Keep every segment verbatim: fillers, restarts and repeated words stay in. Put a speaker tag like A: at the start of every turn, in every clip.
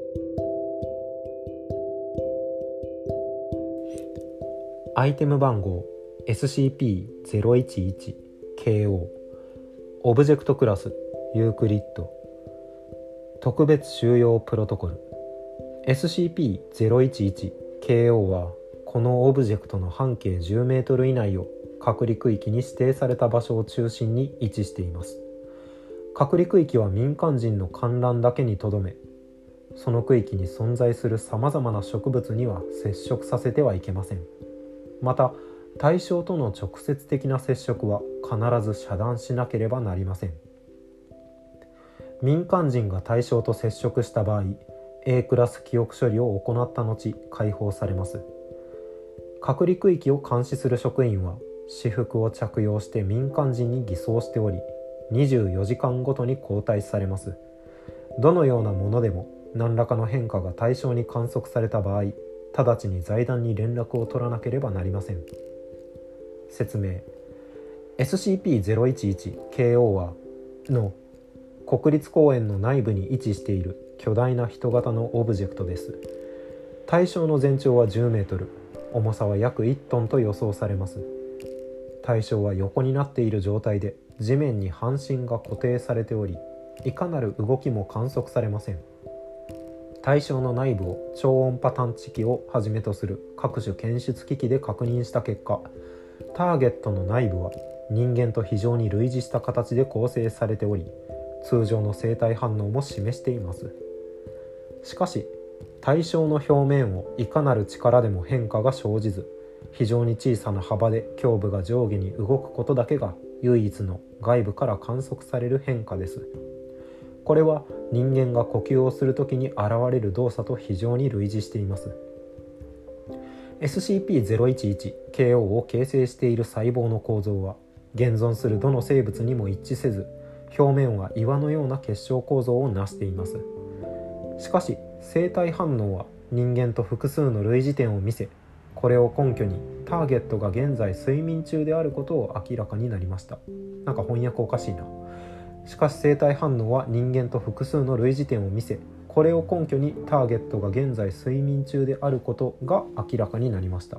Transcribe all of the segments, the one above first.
A: アイテム番号 エスシーピーゼロいちいちケーオー オブジェクトクラスユークリッド特別収容プロトコル エスシーピーゼロいちいちケーオー はこのオブジェクトの半径じゅうメートル以内を隔離区域に指定された場所を中心に位置しています。隔離区域は民間人の観覧だけにとどめ、その区域に存在するさまざまな植物には接触させてはいけません。また対象との直接的な接触は必ず遮断しなければなりません。民間人が対象と接触した場合、 A クラス記憶処理を行った後解放されます。隔離区域を監視する職員は私服を着用して民間人に偽装しており、にじゅうよじかんごとに交代されます。どのようなものでも何らかの変化が対象に観測された場合、直ちに財団に連絡を取らなければなりません。説明。 エスシーピーゼロいちいちケーオー はの国立公園の内部に位置している巨大な人型のオブジェクトです。対象の全長はじゅうメートル、重さは約いちトンと予想されます。対象は横になっている状態で地面に半身が固定されており、いかなる動きも観測されません。対象の内部を超音波探知機をはじめとする各種検出機器で確認した結果、ターゲットの内部は人間と非常に類似した形で構成されており、通常の生体反応も示しています。しかし対象の表面をいかなる力でも変化が生じず、非常に小さな幅で胸部が上下に動くことだけが唯一の外部から観測される変化です。これは人間が呼吸をするときに現れる動作と非常に類似しています。 エスシーピーゼロいちいちケーオー を形成している細胞の構造は現存するどの生物にも一致せず、表面は岩のような結晶構造を成しています。しかし生体反応は人間と複数の類似点を見せ、これを根拠にターゲットが現在睡眠中であることを明らかになりました。なんか翻訳おかしいな。しかし生体反応は人間と複数の類似点を見せ、これを根拠にターゲットが現在睡眠中であることが明らかになりました。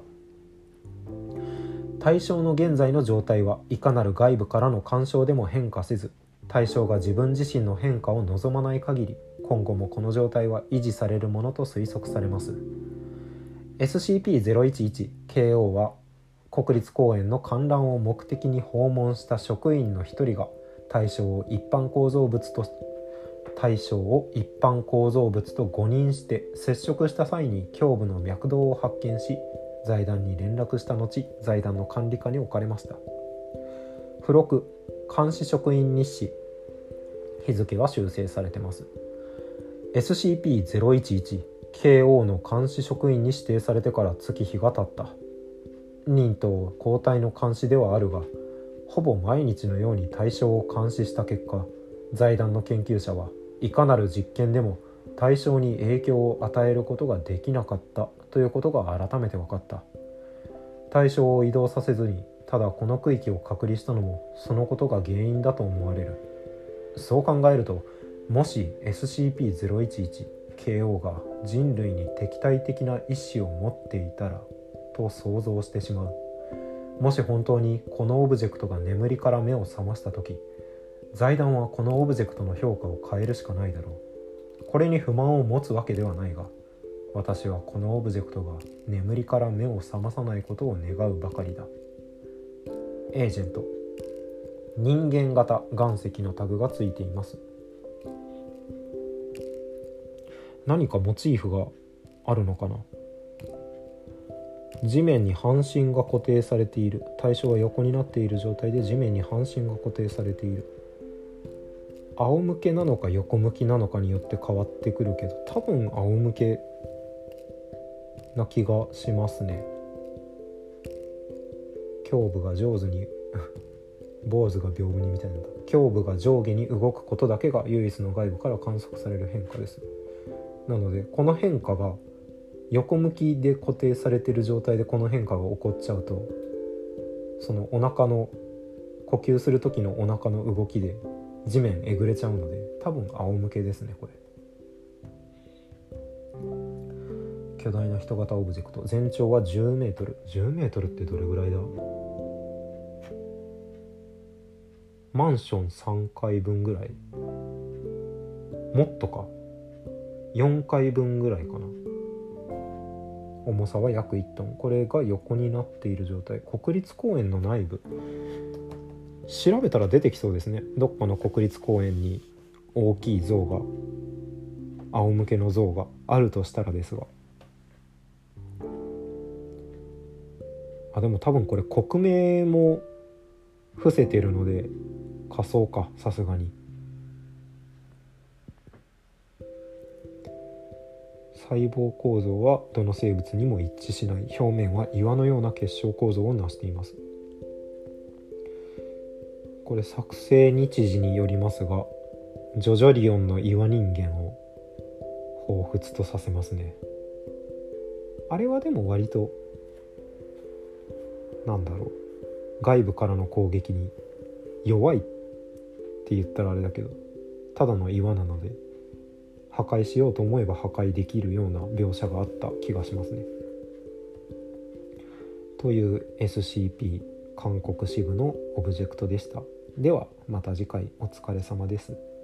A: 対象の現在の状態はいかなる外部からの干渉でも変化せず、対象が自分自身の変化を望まない限り、今後もこの状態は維持されるものと推測されます。 エスシーピーゼロいちいちケーオー は国立公園の観覧を目的に訪問した職員の一人が対象を一般構造物と対象を一般構造物と誤認して接触した際に胸部の脈動を発見し、財団に連絡した後、財団の管理下に置かれました。付録監視職員日誌、日付は修正されてます。 エスシーピーゼロいちいちケーオー の監視職員に指定されてから月日が経った。任と交代の監視ではあるが、ほぼ毎日のように対象を監視した結果、財団の研究者はいかなる実験でも対象に影響を与えることができなかったということが改めて分かった。対象を移動させずにただこの区域を隔離したのもそのことが原因だと思われる。そう考えると、もし エスシーピーゼロいちいちケーオー が人類に敵対的な意志を持っていたらと想像してしまう。もし本当にこのオブジェクトが眠りから目を覚ましたとき、財団はこのオブジェクトの評価を変えるしかないだろう。これに不満を持つわけではないが、私はこのオブジェクトが眠りから目を覚まさないことを願うばかりだ。エージェント、人間型岩石のタグがついています。何かモチーフがあるのかな。地面に半身が固定されている。対象は横になっている状態で地面に半身が固定されている。仰向けなのか横向きなのかによって変わってくるけど、多分仰向けな気がしますね。胸部が上手に坊主が屏風にみたいな。胸部が上下に動くことだけが唯一の外部から観測される変化です。なのでこの変化が横向きで固定されている状態でこの変化が起こっちゃうと、そのお腹の呼吸する時のお腹の動きで地面えぐれちゃうので、多分仰向けですねこれ。 巨大な人型オブジェクト、全長はじゅうメートル。じゅうメートルってどれぐらいだ？マンションさんかいぶんぐらい、もっとか、よんかいぶんぐらいかな。重さは約いちトン。これが横になっている状態。国立公園の内部、調べたら出てきそうですね。どっかの国立公園に大きい像が、仰向けの像があるとしたらですが、あでも多分これ国名も伏せてるので仮想か、さすがに。細胞構造はどの生物にも一致しない。表面は岩のような結晶構造を成しています。これ作成日時によりますが、ジョジョリオンの岩人間を彷彿とさせますね。あれはでも割となんだろう、外部からの攻撃に弱いって言ったらあれだけど、ただの岩なので破壊しようと思えば破壊できるような描写があった気がしますね。という エスシーピー 韓国支部のオブジェクトでした。ではまた次回、お疲れ様です。